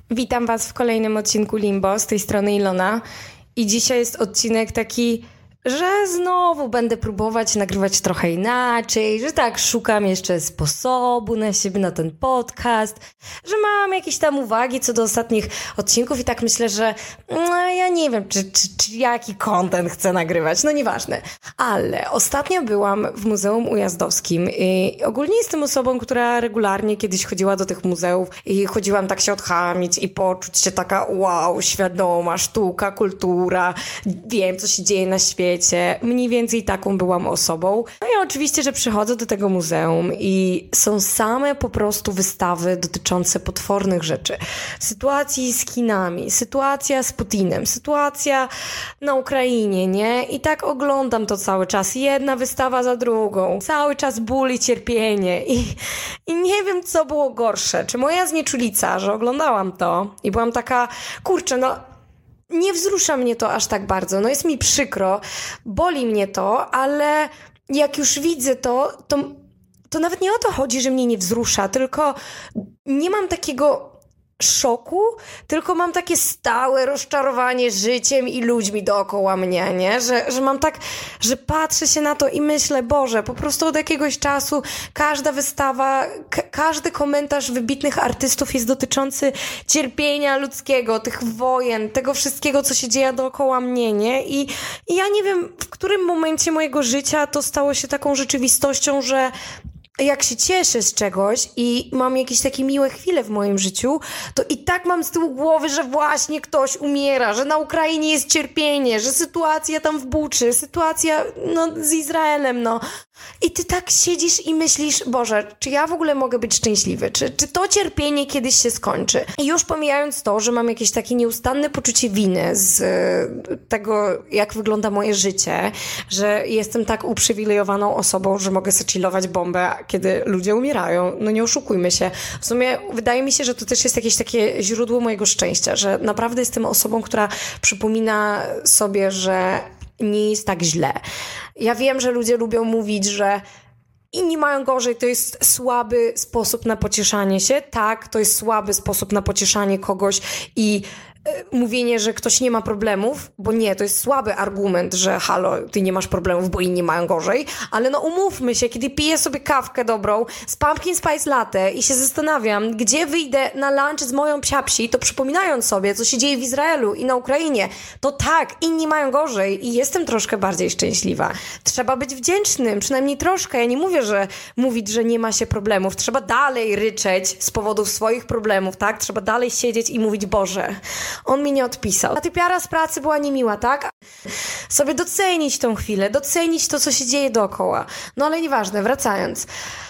Witam Was w kolejnym odcinku Limbo, z tej strony Ilona. I dzisiaj jest odcinek taki, że znowu będę próbować nagrywać trochę inaczej, że tak szukam jeszcze sposobu na siebie, na ten podcast, że mam jakieś tam uwagi co do ostatnich odcinków i tak myślę, że ja nie wiem, czy jaki content chcę nagrywać, no nieważne. Ale ostatnio byłam w Muzeum Ujazdowskim i ogólnie jestem osobą, która regularnie kiedyś chodziła do tych muzeów i chodziłam tak się odchamić i poczuć się taka wow, świadoma, sztuka, kultura, wiem co się dzieje na świecie. Mniej więcej taką byłam osobą. No i oczywiście, że przychodzę do tego muzeum i są same po prostu wystawy dotyczące potwornych rzeczy. Sytuacji z Chinami, sytuacja z Putinem, sytuacja na Ukrainie, nie? I tak oglądam to cały czas. Jedna wystawa za drugą. Cały czas ból i cierpienie. I nie wiem, co było gorsze. Czy moja znieczulica, że oglądałam to i byłam taka, kurczę, no nie wzrusza mnie to aż tak bardzo. No jest mi przykro, boli mnie to, ale jak już widzę to nawet nie o to chodzi, że mnie nie wzrusza, tylko nie mam takiego szoku, tylko mam takie stałe rozczarowanie życiem i ludźmi dookoła mnie, nie? Że mam tak, że patrzę się na to i myślę, Boże, po prostu od jakiegoś czasu każda wystawa, każdy komentarz wybitnych artystów jest dotyczący cierpienia ludzkiego, tych wojen, tego wszystkiego, co się dzieje dookoła mnie, nie? I ja nie wiem, w którym momencie mojego życia to stało się taką rzeczywistością, że jak się cieszę z czegoś i mam jakieś takie miłe chwile w moim życiu, to i tak mam z tyłu głowy, że właśnie ktoś umiera, że na Ukrainie jest cierpienie, że sytuacja tam w Buczy, sytuacja z Izraelem, I ty tak siedzisz i myślisz, Boże, czy ja w ogóle mogę być szczęśliwy? Czy to cierpienie kiedyś się skończy? I już pomijając to, że mam jakieś takie nieustanne poczucie winy z tego, jak wygląda moje życie, że jestem tak uprzywilejowaną osobą, że mogę sobie chillować bombę, kiedy ludzie umierają. No nie oszukujmy się. W sumie wydaje mi się, że to też jest jakieś takie źródło mojego szczęścia, że naprawdę jestem osobą, która przypomina sobie, że nie jest tak źle. Ja wiem, że ludzie lubią mówić, że inni mają gorzej, to jest słaby sposób na pocieszanie się. Tak, to jest słaby sposób na pocieszanie kogoś i mówienie, że ktoś nie ma problemów, bo nie, to jest słaby argument, że halo, ty nie masz problemów, bo inni mają gorzej, ale umówmy się, kiedy piję sobie kawkę dobrą z pumpkin spice latte i się zastanawiam, gdzie wyjdę na lunch z moją psiapsi, to przypominając sobie, co się dzieje w Izraelu i na Ukrainie, to tak, inni mają gorzej i jestem troszkę bardziej szczęśliwa. Trzeba być wdzięcznym, przynajmniej troszkę. Ja nie mówię, że mówić, że nie ma się problemów. Trzeba dalej ryczeć z powodów swoich problemów, tak? Trzeba dalej siedzieć i mówić, Boże, on mi nie odpisał. Ta typiara z pracy była niemiła, tak? Sobie docenić tą chwilę, docenić to, co się dzieje dookoła. No ale nieważne, wracając.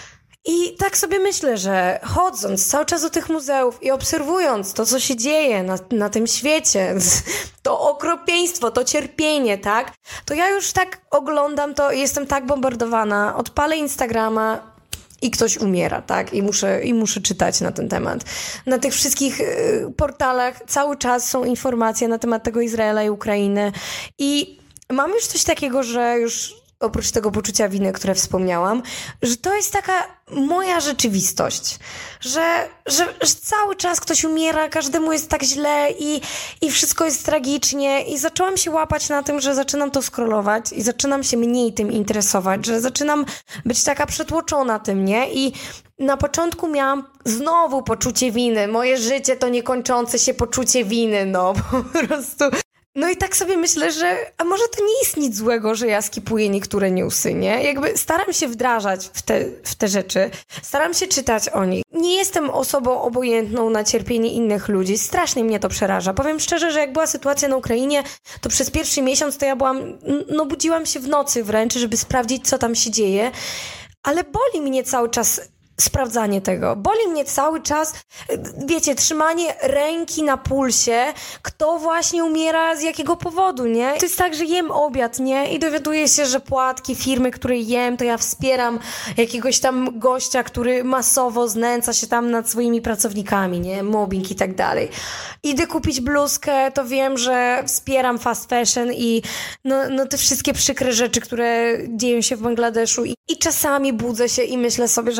I tak sobie myślę, że chodząc cały czas do tych muzeów i obserwując to, co się dzieje na tym świecie, to okropieństwo, to cierpienie, tak? To ja już tak oglądam to i jestem tak bombardowana. Odpalę Instagrama i ktoś umiera, tak? I muszę czytać na ten temat. Na tych wszystkich portalach cały czas są informacje na temat tego Izraela i Ukrainy. I mam już coś takiego, że już oprócz tego poczucia winy, które wspomniałam, że to jest taka moja rzeczywistość. Że cały czas ktoś umiera, każdemu jest tak źle i wszystko jest tragicznie. I zaczęłam się łapać na tym, że zaczynam to scrollować i zaczynam się mniej tym interesować, że zaczynam być taka przetłoczona tym, nie? I na początku miałam znowu poczucie winy. Moje życie to niekończące się poczucie winy, po prostu. No i tak sobie myślę, że a może to nie jest nic złego, że ja skipuję niektóre newsy, nie? Jakby staram się wdrażać w te rzeczy, staram się czytać o nich. Nie jestem osobą obojętną na cierpienie innych ludzi, strasznie mnie to przeraża. Powiem szczerze, że jak była sytuacja na Ukrainie, to przez pierwszy miesiąc to ja budziłam się w nocy wręcz, żeby sprawdzić, co tam się dzieje, ale boli mnie cały czas sprawdzanie tego. Boli mnie cały czas, wiecie, trzymanie ręki na pulsie, kto właśnie umiera, z jakiego powodu, nie? To jest tak, że jem obiad, nie? I dowiaduję się, że płatki firmy, której jem, to ja wspieram jakiegoś tam gościa, który masowo znęca się tam nad swoimi pracownikami, nie? Mobbing i tak dalej. Idę kupić bluzkę, to wiem, że wspieram fast fashion i te wszystkie przykre rzeczy, które dzieją się w Bangladeszu i czasami budzę się i myślę sobie, że Boże, co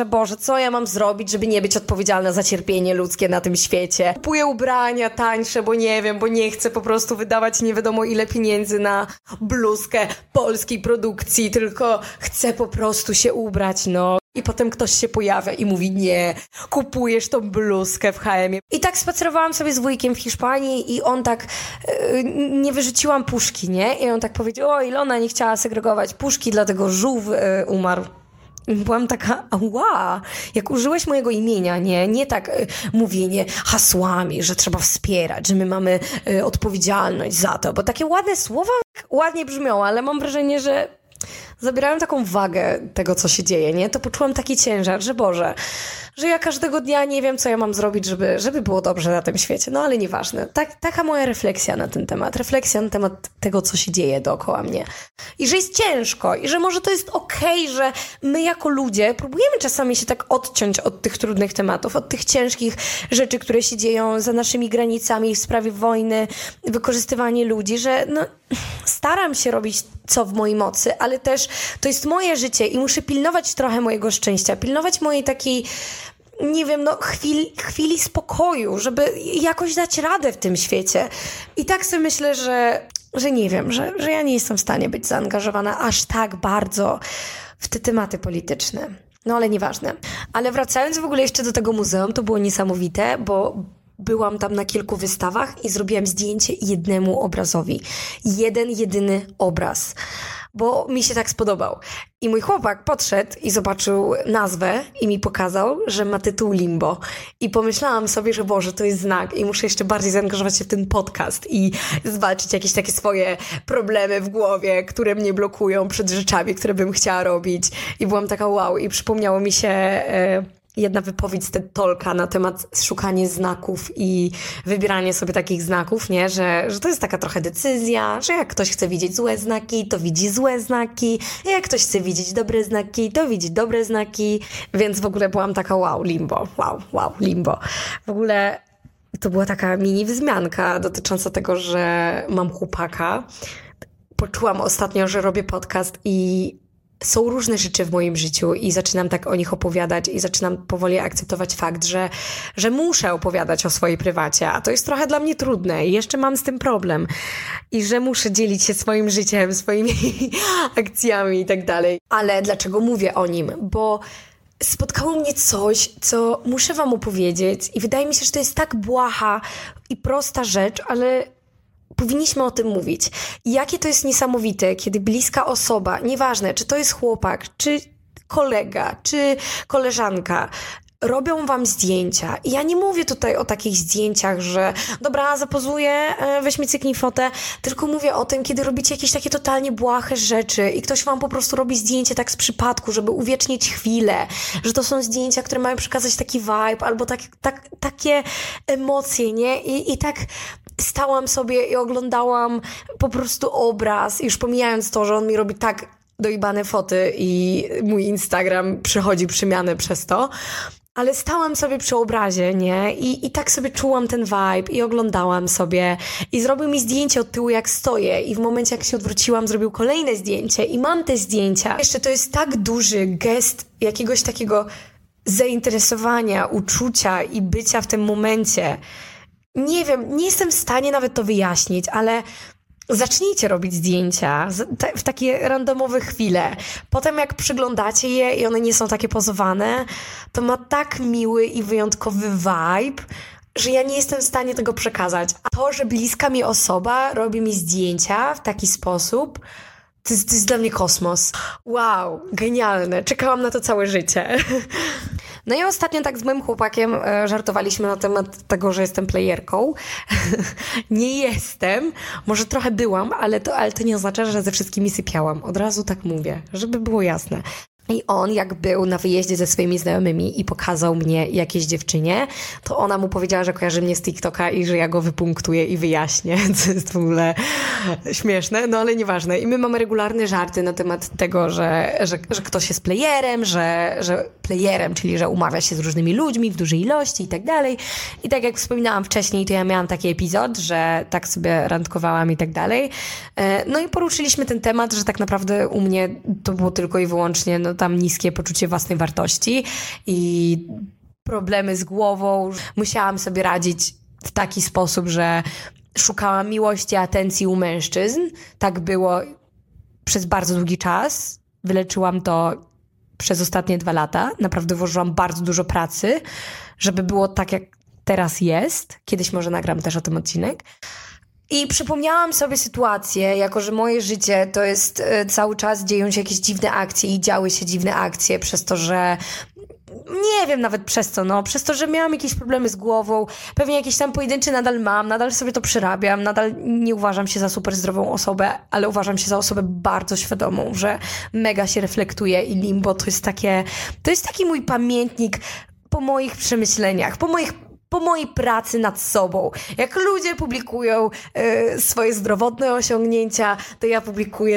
co ja mam zrobić, żeby nie być odpowiedzialna za cierpienie ludzkie na tym świecie. Kupuję ubrania tańsze, bo nie wiem, bo nie chcę po prostu wydawać nie wiadomo ile pieniędzy na bluzkę polskiej produkcji, tylko chcę po prostu się ubrać, no. I potem ktoś się pojawia i mówi, nie, kupujesz tą bluzkę w H&M. I tak spacerowałam sobie z wujkiem w Hiszpanii i on tak, nie wyrzuciłam puszki, nie? I on tak powiedział, o, Ilona nie chciała segregować puszki, dlatego żółw umarł. I byłam taka, ała, jak użyłeś mojego imienia, nie tak mówienie hasłami, że trzeba wspierać, że my mamy odpowiedzialność za to, bo takie ładne słowa ładnie brzmią, ale mam wrażenie, że zabierałem taką wagę tego, co się dzieje, nie? To poczułam taki ciężar, że Boże, że ja każdego dnia nie wiem, co ja mam zrobić, żeby było dobrze na tym świecie. No ale nieważne. Taka moja refleksja na ten temat. Refleksja na temat tego, co się dzieje dookoła mnie. I że jest ciężko. I że może to jest okej, że my jako ludzie próbujemy czasami się tak odciąć od tych trudnych tematów, od tych ciężkich rzeczy, które się dzieją za naszymi granicami w sprawie wojny, wykorzystywanie ludzi, że no, staram się robić co w mojej mocy, ale też to jest moje życie i muszę pilnować trochę mojego szczęścia, pilnować mojej takiej, nie wiem, no chwili spokoju, żeby jakoś dać radę w tym świecie. I tak sobie myślę, że nie wiem, że ja nie jestem w stanie być zaangażowana aż tak bardzo w te tematy polityczne. No ale nieważne. Ale wracając w ogóle jeszcze do tego muzeum, to było niesamowite, bo byłam tam na kilku wystawach i zrobiłam zdjęcie jednemu obrazowi. Jeden, jedyny obraz. Bo mi się tak spodobał. I mój chłopak podszedł i zobaczył nazwę i mi pokazał, że ma tytuł Limbo. I pomyślałam sobie, że Boże, to jest znak i muszę jeszcze bardziej zaangażować się w ten podcast i zwalczyć jakieś takie swoje problemy w głowie, które mnie blokują przed rzeczami, które bym chciała robić. I byłam taka wow. I przypomniało mi się jedna wypowiedź z TED Talka na temat szukania znaków i wybieranie sobie takich znaków, nie? Że to jest taka trochę decyzja, że jak ktoś chce widzieć złe znaki, to widzi złe znaki, a jak ktoś chce widzieć dobre znaki, to widzi dobre znaki, więc w ogóle byłam taka wow, Limbo, wow, Limbo. W ogóle to była taka mini wzmianka dotycząca tego, że mam chłopaka. Poczułam ostatnio, że robię podcast i są różne rzeczy w moim życiu i zaczynam tak o nich opowiadać i zaczynam powoli akceptować fakt, że muszę opowiadać o swojej prywacie, a to jest trochę dla mnie trudne i jeszcze mam z tym problem i że muszę dzielić się swoim życiem, swoimi akcjami i tak dalej. Ale dlaczego mówię o nim? Bo spotkało mnie coś, co muszę wam opowiedzieć i wydaje mi się, że to jest tak błaha i prosta rzecz, ale powinniśmy o tym mówić. I jakie to jest niesamowite, kiedy bliska osoba, nieważne, czy to jest chłopak, czy kolega, czy koleżanka, robią wam zdjęcia. I ja nie mówię tutaj o takich zdjęciach, że dobra, zapozuję, weź mi cyknij fotę, tylko mówię o tym, kiedy robicie jakieś takie totalnie błahe rzeczy i ktoś wam po prostu robi zdjęcie tak z przypadku, żeby uwiecznić chwilę, że to są zdjęcia, które mają przekazać taki vibe albo takie emocje, nie? I tak stałam sobie i oglądałam po prostu obraz, już pomijając to, że on mi robi tak dojebane foty i mój Instagram przychodzi przemiany przez to, ale stałam sobie przy obrazie, nie? I tak sobie czułam ten vibe i oglądałam sobie i zrobił mi zdjęcie od tyłu, jak stoję i w momencie, jak się odwróciłam, zrobił kolejne zdjęcie i mam te zdjęcia. Jeszcze to jest tak duży gest jakiegoś takiego zainteresowania, uczucia i bycia w tym momencie. Nie wiem, nie jestem w stanie nawet to wyjaśnić, ale zacznijcie robić zdjęcia w takie randomowe chwile. Potem jak przyglądacie je i one nie są takie pozowane, to ma tak miły i wyjątkowy vibe, że ja nie jestem w stanie tego przekazać. A to, że bliska mi osoba robi mi zdjęcia w taki sposób, to jest dla mnie kosmos. Wow, genialne. Czekałam na to całe życie. No i ostatnio tak z moim chłopakiem żartowaliśmy na temat tego, że jestem playerką. Nie jestem. Może trochę byłam, ale to nie oznacza, że ze wszystkimi sypiałam. Od razu tak mówię, żeby było jasne. I on, jak był na wyjeździe ze swoimi znajomymi i pokazał mnie jakiejś dziewczynie, to ona mu powiedziała, że kojarzy mnie z TikToka i że ja go wypunktuję i wyjaśnię, co jest w ogóle śmieszne, no ale nieważne. I my mamy regularne żarty na temat tego, że ktoś jest playerem, że playerem, czyli że umawia się z różnymi ludźmi w dużej ilości i tak dalej. I tak jak wspominałam wcześniej, to ja miałam taki epizod, że tak sobie randkowałam i tak dalej. No i poruszyliśmy ten temat, że tak naprawdę u mnie to było tylko i wyłącznie no tam niskie poczucie własnej wartości i problemy z głową. Musiałam sobie radzić w taki sposób, że szukałam miłości, atencji u mężczyzn. Tak było przez bardzo długi czas. Wyleczyłam to przez ostatnie 2 lata. Naprawdę włożyłam bardzo dużo pracy, żeby było tak, jak teraz jest. Kiedyś może nagram też o tym odcinek. I przypomniałam sobie sytuację, jako że moje życie to jest cały czas dzieją się jakieś dziwne akcje i działy się dziwne akcje przez to, że nie wiem nawet przez co, no przez to, że miałam jakieś problemy z głową, pewnie jakieś tam pojedyncze nadal mam, nadal sobie to przerabiam, nadal nie uważam się za super zdrową osobę, ale uważam się za osobę bardzo świadomą, że mega się reflektuje i limbo to jest taki mój pamiętnik po moich przemyśleniach, po mojej pracy nad sobą. Jak ludzie publikują swoje zdrowotne osiągnięcia, to ja publikuję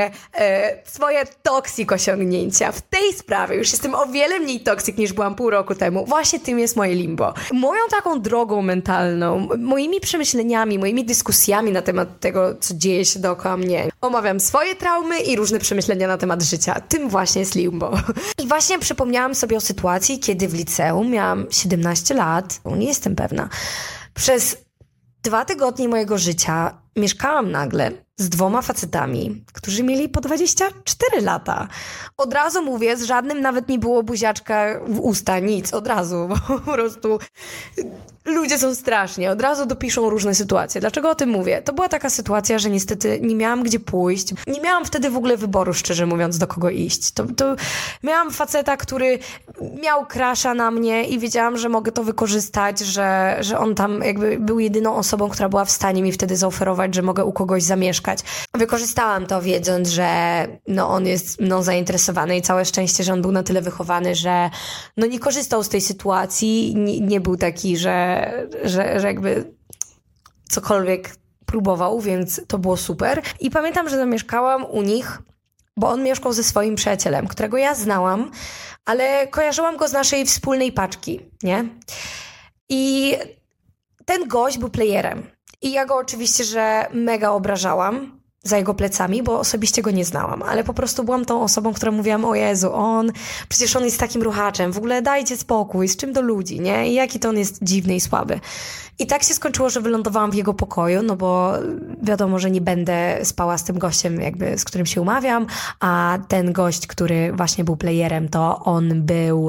swoje toksik osiągnięcia. W tej sprawie już jestem o wiele mniej toksik niż byłam pół roku temu. Właśnie tym jest moje limbo. Moją taką drogą mentalną, moimi przemyśleniami, moimi dyskusjami na temat tego, co dzieje się dookoła mnie. Omawiam swoje traumy i różne przemyślenia na temat życia. Tym właśnie jest limbo. I właśnie przypomniałam sobie o sytuacji, kiedy w liceum miałam 17 lat. Nie jestem pewna. Przez 2 tygodnie mojego życia mieszkałam nagle z 2 facetami, którzy mieli po 24 lata. Od razu mówię, z żadnym nawet nie było buziaczka w usta, nic, od razu, bo po prostu ludzie są straszni, od razu dopiszą różne sytuacje. Dlaczego o tym mówię? To była taka sytuacja, że niestety nie miałam gdzie pójść. Nie miałam wtedy w ogóle wyboru, szczerze mówiąc, do kogo iść. To miałam faceta, który miał crusha na mnie i wiedziałam, że mogę to wykorzystać, że on tam jakby był jedyną osobą, która była w stanie mi wtedy zaoferować, że mogę u kogoś zamieszkać. Wykorzystałam to, wiedząc, że on jest mną zainteresowany i całe szczęście, że on był na tyle wychowany, że nie korzystał z tej sytuacji, nie był taki, że jakby cokolwiek próbował, więc to było super. I pamiętam, że zamieszkałam u nich, bo on mieszkał ze swoim przyjacielem, którego ja znałam, ale kojarzyłam go z naszej wspólnej paczki, nie? I ten gość był playerem. I ja go oczywiście, że mega obrażałam za jego plecami, bo osobiście go nie znałam, ale po prostu byłam tą osobą, która mówiłam, o Jezu, przecież on jest takim ruchaczem, w ogóle dajcie spokój, z czym do ludzi, nie? I jaki to on jest dziwny i słaby. I tak się skończyło, że wylądowałam w jego pokoju, bo wiadomo, że nie będę spała z tym gościem, jakby z którym się umawiam, a ten gość, który właśnie był playerem, to on był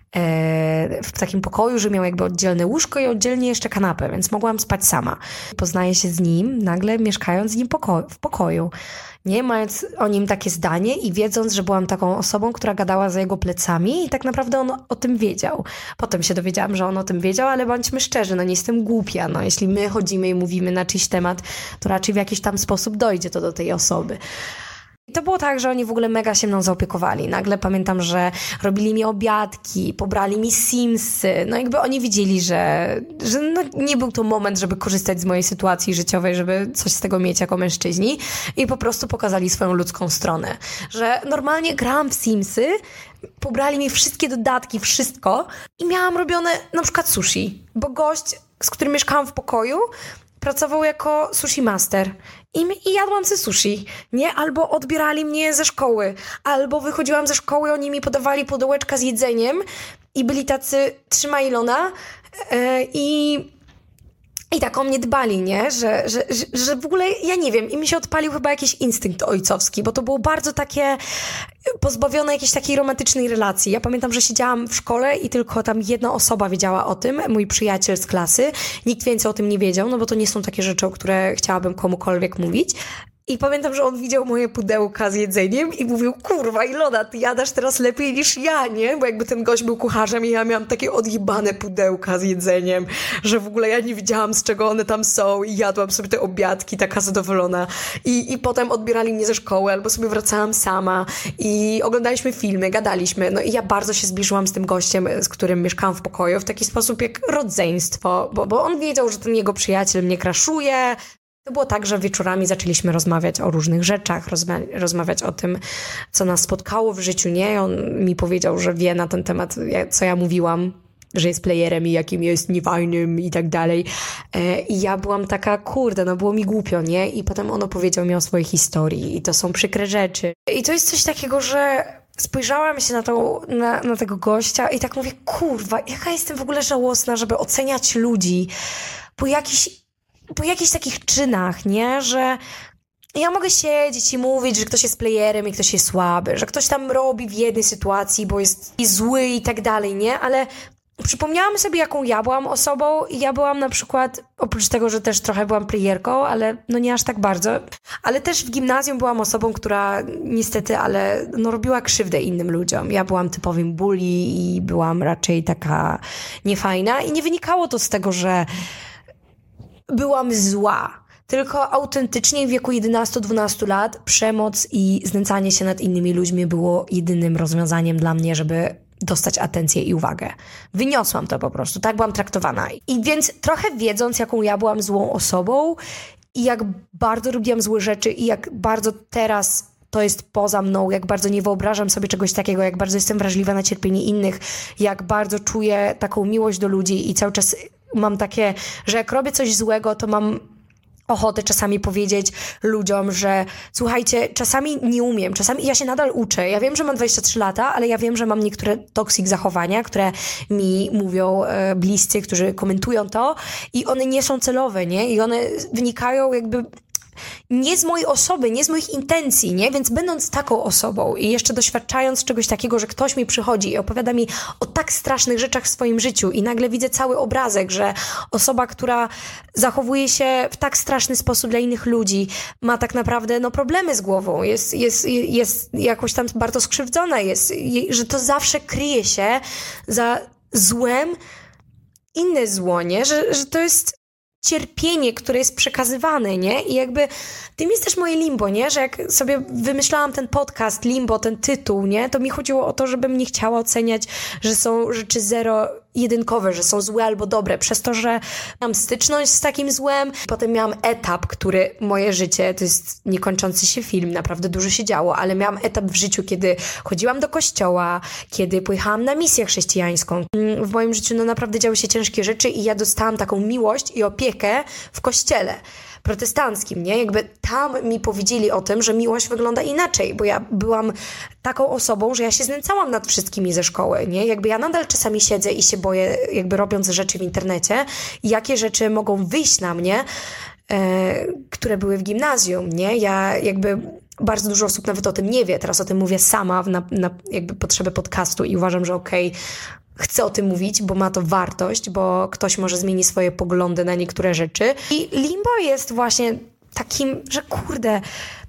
w takim pokoju, że miał jakby oddzielne łóżko i oddzielnie jeszcze kanapę, więc mogłam spać sama. Poznaję się z nim, nagle mieszkając z nim w pokoju. Nie mając o nim takie zdanie i wiedząc, że byłam taką osobą, która gadała za jego plecami i tak naprawdę on o tym wiedział. Potem się dowiedziałam, że on o tym wiedział, ale bądźmy szczerzy, nie jestem głupia. Jeśli my chodzimy i mówimy na czyjś temat, to raczej w jakiś tam sposób dojdzie to do tej osoby. I to było tak, że oni w ogóle mega się mną zaopiekowali. Nagle pamiętam, że robili mi obiadki, pobrali mi Simsy. Jakby oni widzieli, że nie był to moment, żeby korzystać z mojej sytuacji życiowej, żeby coś z tego mieć jako mężczyźni. I po prostu pokazali swoją ludzką stronę. Że normalnie grałam w Simsy, pobrali mi wszystkie dodatki, wszystko i miałam robione na przykład sushi. Bo gość, z którym mieszkałam w pokoju, pracował jako sushi master i jadłam ze sushi, nie? Albo odbierali mnie ze szkoły, albo wychodziłam ze szkoły, oni mi podawali pudełeczka z jedzeniem i byli tacy, trzymaj Ilona, i tak o mnie dbali, nie? Że w ogóle, ja nie wiem, i mi się odpalił chyba jakiś instynkt ojcowski, bo to było bardzo takie pozbawione jakiejś takiej romantycznej relacji. Ja pamiętam, że siedziałam w szkole i tylko tam jedna osoba wiedziała o tym, mój przyjaciel z klasy. Nikt więcej o tym nie wiedział, bo to nie są takie rzeczy, o które chciałabym komukolwiek mówić. I pamiętam, że on widział moje pudełka z jedzeniem i mówił, kurwa Ilona, ty jadasz teraz lepiej niż ja, nie? Bo jakby ten gość był kucharzem i ja miałam takie odjebane pudełka z jedzeniem, że w ogóle ja nie wiedziałam, z czego one tam są i jadłam sobie te obiadki taka zadowolona. I potem odbierali mnie ze szkoły albo sobie wracałam sama i oglądaliśmy filmy, gadaliśmy. I ja bardzo się zbliżyłam z tym gościem, z którym mieszkałam w pokoju w taki sposób jak rodzeństwo, bo on wiedział, że ten jego przyjaciel mnie crashuje. To było tak, że wieczorami zaczęliśmy rozmawiać o różnych rzeczach, rozmawiać o tym, co nas spotkało w życiu, nie? On mi powiedział, że wie na ten temat, co ja mówiłam, że jest playerem i jakim jest niefajnym i tak dalej. I ja byłam taka, kurde, było mi głupio, nie? I potem on opowiedział mi o swojej historii i to są przykre rzeczy. I to jest coś takiego, że spojrzałam się na tego gościa i tak mówię, kurwa, jaka jestem w ogóle żałosna, żeby oceniać ludzi po jakichś takich czynach, nie? Że ja mogę siedzieć i mówić, że ktoś jest playerem i ktoś jest słaby, że ktoś tam robi w jednej sytuacji, bo jest zły i tak dalej, nie? Ale przypomniałam sobie, jaką ja byłam osobą i ja byłam na przykład, oprócz tego, że też trochę byłam playerką, ale no nie aż tak bardzo, ale też w gimnazjum byłam osobą, która niestety, ale no robiła krzywdę innym ludziom. Ja byłam typowym bully i byłam raczej taka niefajna i nie wynikało to z tego, że byłam zła. Tylko autentycznie w wieku 11-12 lat przemoc i znęcanie się nad innymi ludźmi było jedynym rozwiązaniem dla mnie, żeby dostać atencję i uwagę. Wyniosłam to po prostu, tak byłam traktowana. I więc trochę wiedząc, jaką ja byłam złą osobą i jak bardzo robiłam złe rzeczy i jak bardzo teraz to jest poza mną, jak bardzo nie wyobrażam sobie czegoś takiego, jak bardzo jestem wrażliwa na cierpienie innych, jak bardzo czuję taką miłość do ludzi i cały czas mam takie, że jak robię coś złego, to mam ochotę czasami powiedzieć ludziom, że słuchajcie, czasami nie umiem, czasami ja się nadal uczę. Ja wiem, że mam 23 lata, ale ja wiem, że mam niektóre toxic zachowania, które mi mówią bliscy, którzy komentują to i one nie są celowe, nie? I one wynikają jakby nie z mojej osoby, nie z moich intencji, nie? Więc będąc taką osobą i jeszcze doświadczając czegoś takiego, że ktoś mi przychodzi i opowiada mi o tak strasznych rzeczach w swoim życiu i nagle widzę cały obrazek, że osoba, która zachowuje się w tak straszny sposób dla innych ludzi, ma tak naprawdę no, problemy z głową, jest jakoś tam bardzo skrzywdzona, że to zawsze kryje się za złem inne zło, nie? Że to jest cierpienie, które jest przekazywane, nie? I jakby tym jest też moje limbo, nie? Że jak sobie wymyślałam ten podcast, limbo, ten tytuł, nie? To mi chodziło o to, żebym nie chciała oceniać, że są rzeczy zero-jedynkowe, że są złe albo dobre, przez to, że miałam styczność z takim złem. Potem miałam etap, który moje życie, to jest niekończący się film, naprawdę dużo się działo, ale miałam etap w życiu, kiedy chodziłam do kościoła, kiedy pojechałam na misję chrześcijańską. W moim życiu no naprawdę działy się ciężkie rzeczy i ja dostałam taką miłość i opiekę w kościele protestanckim, nie? Jakby tam mi powiedzieli o tym, że miłość wygląda inaczej, bo ja byłam taką osobą, że ja się znęcałam nad wszystkimi ze szkoły, nie? Jakby ja nadal czasami siedzę i się boję, jakby robiąc rzeczy w internecie, jakie rzeczy mogą wyjść na mnie, które były w gimnazjum, nie? Ja jakby bardzo dużo osób nawet o tym nie wie, teraz o tym mówię sama na jakby potrzeby podcastu i uważam, że chcę o tym mówić, bo ma to wartość, bo ktoś może zmieni swoje poglądy na niektóre rzeczy. I limbo jest właśnie takim, że kurde,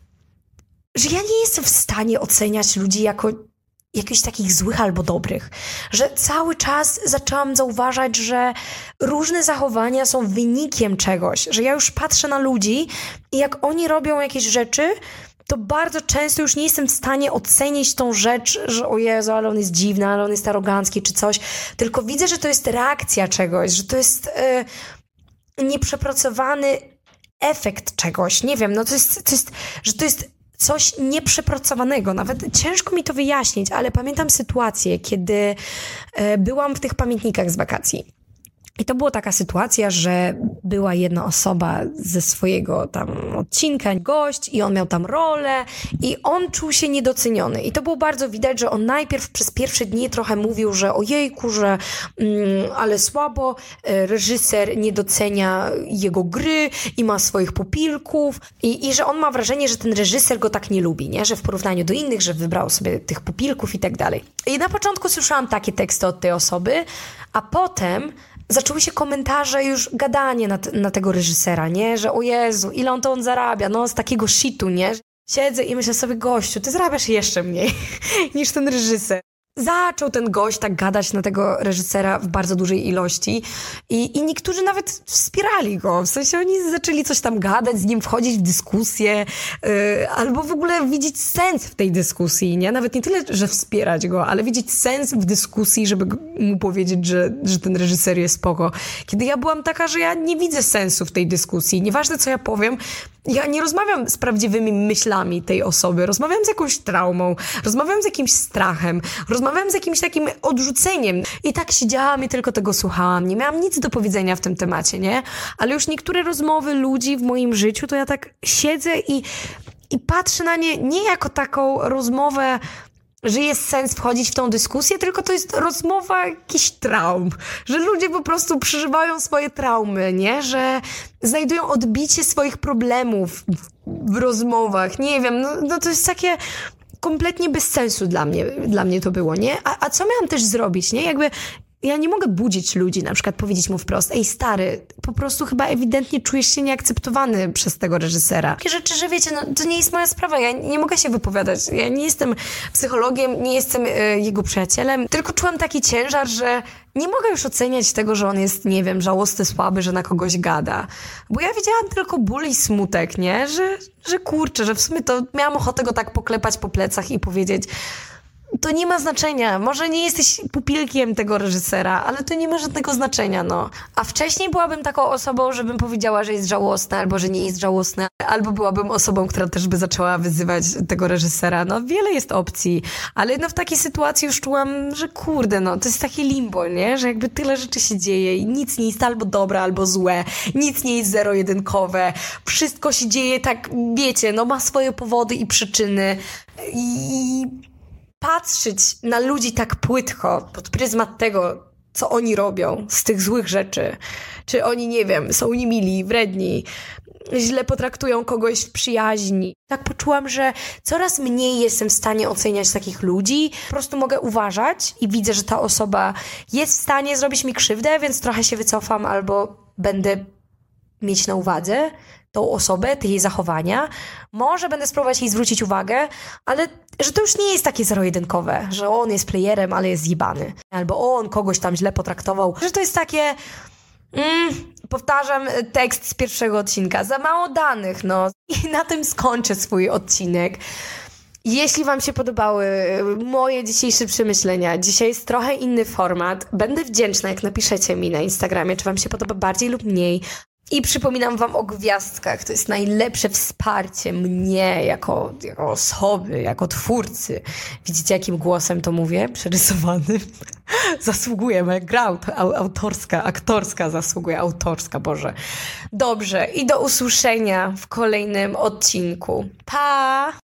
że ja nie jestem w stanie oceniać ludzi jako jakichś takich złych albo dobrych. Że cały czas zaczęłam zauważać, że różne zachowania są wynikiem czegoś. Że ja już patrzę na ludzi i jak oni robią jakieś rzeczy, to bardzo często już nie jestem w stanie ocenić tą rzecz, że o Jezu, ale on jest dziwny, ale on jest arogancki czy coś, tylko widzę, że to jest reakcja czegoś, że to jest nieprzepracowany efekt czegoś. Nie wiem, no że to jest coś nieprzepracowanego. Nawet ciężko mi to wyjaśnić, ale pamiętam sytuację, kiedy byłam w tych pamiętnikach z wakacji. I to była taka sytuacja, że była jedna osoba ze swojego tam odcinka, gość i on miał tam rolę i on czuł się niedoceniony. I to było bardzo widać, że on najpierw przez pierwsze dni trochę mówił, że ojejku, że ale słabo, reżyser nie docenia jego gry i ma swoich pupilków i że on ma wrażenie, że ten reżyser go tak nie lubi, nie? Że w porównaniu do innych, że wybrał sobie tych pupilków i tak dalej. I na początku słyszałam takie teksty od tej osoby, a potem zaczęły się komentarze, już gadanie na tego reżysera, nie? Że o Jezu, ile on zarabia, no z takiego shitu, nie? Siedzę i myślę sobie, gościu, ty zarabiasz jeszcze mniej niż ten reżyser. Zaczął ten gość tak gadać na tego reżysera w bardzo dużej ilości i niektórzy nawet wspierali go. W sensie oni zaczęli coś tam gadać, z nim wchodzić w dyskusję albo w ogóle widzieć sens w tej dyskusji, nie? Nawet nie tyle, że wspierać go, ale widzieć sens w dyskusji, żeby mu powiedzieć, że ten reżyser jest spoko. Kiedy ja byłam taka, że ja nie widzę sensu w tej dyskusji. Nieważne, co ja powiem, ja nie rozmawiam z prawdziwymi myślami tej osoby, rozmawiam z jakąś traumą, rozmawiam z jakimś strachem, rozmawiam z jakimś takim odrzuceniem. I tak siedziałam i tylko tego słuchałam. Nie miałam nic do powiedzenia w tym temacie, nie? Ale już niektóre rozmowy ludzi w moim życiu, to ja tak siedzę i patrzę na nie jako taką rozmowę że jest sens wchodzić w tą dyskusję, tylko to jest rozmowa jakichś traum, że ludzie po prostu przeżywają swoje traumy, nie? Że znajdują odbicie swoich problemów w rozmowach, nie wiem, no to jest takie kompletnie bez sensu dla mnie to było, nie? A co miałam też zrobić, nie? Jakby ja nie mogę budzić ludzi, na przykład powiedzieć mu wprost, ej stary, po prostu chyba ewidentnie czujesz się nieakceptowany przez tego reżysera. Takie rzeczy, że wiecie, no to nie jest moja sprawa, ja nie mogę się wypowiadać, ja nie jestem psychologiem, nie jestem jego przyjacielem, tylko czułam taki ciężar, że nie mogę już oceniać tego, że on jest, nie wiem, żałosny, słaby, że na kogoś gada. Bo ja widziałam tylko ból i smutek, nie? Że kurczę, że w sumie to miałam ochotę go tak poklepać po plecach i powiedzieć, to nie ma znaczenia. Może nie jesteś pupilkiem tego reżysera, ale to nie ma żadnego znaczenia, no. A wcześniej byłabym taką osobą, żebym powiedziała, że jest żałosna, albo że nie jest żałosna, albo byłabym osobą, która też by zaczęła wyzywać tego reżysera. No, wiele jest opcji, ale no w takiej sytuacji już czułam, że kurde, no, to jest takie limbo, nie? Że jakby tyle rzeczy się dzieje i nic nie jest albo dobre, albo złe. Nic nie jest zero-jedynkowe. Wszystko się dzieje tak, wiecie, no ma swoje powody i przyczyny i patrzeć na ludzi tak płytko, pod pryzmat tego, co oni robią z tych złych rzeczy. Czy oni, nie wiem, są niemili, wredni, źle potraktują kogoś w przyjaźni. Tak poczułam, że coraz mniej jestem w stanie oceniać takich ludzi. Po prostu mogę uważać i widzę, że ta osoba jest w stanie zrobić mi krzywdę, więc trochę się wycofam albo będę mieć na uwadze tą osobę, te jej zachowania. Może będę spróbować jej zwrócić uwagę, ale że to już nie jest takie zero-jedynkowe, że on jest playerem, ale jest zjebany. Albo on kogoś tam źle potraktował. Że to jest takie... powtarzam tekst z pierwszego odcinka. Za mało danych, no. I na tym skończę swój odcinek. Jeśli wam się podobały moje dzisiejsze przemyślenia, dzisiaj jest trochę inny format. Będę wdzięczna, jak napiszecie mi na Instagramie, czy wam się podoba bardziej lub mniej. I przypominam wam o gwiazdkach. To jest najlepsze wsparcie mnie jako osoby, jako twórcy. Widzicie, jakim głosem to mówię? Przerysowanym. Zasługuje, moja gra aktorska zasługuje, autorska, Boże. Dobrze, i do usłyszenia w kolejnym odcinku. Pa!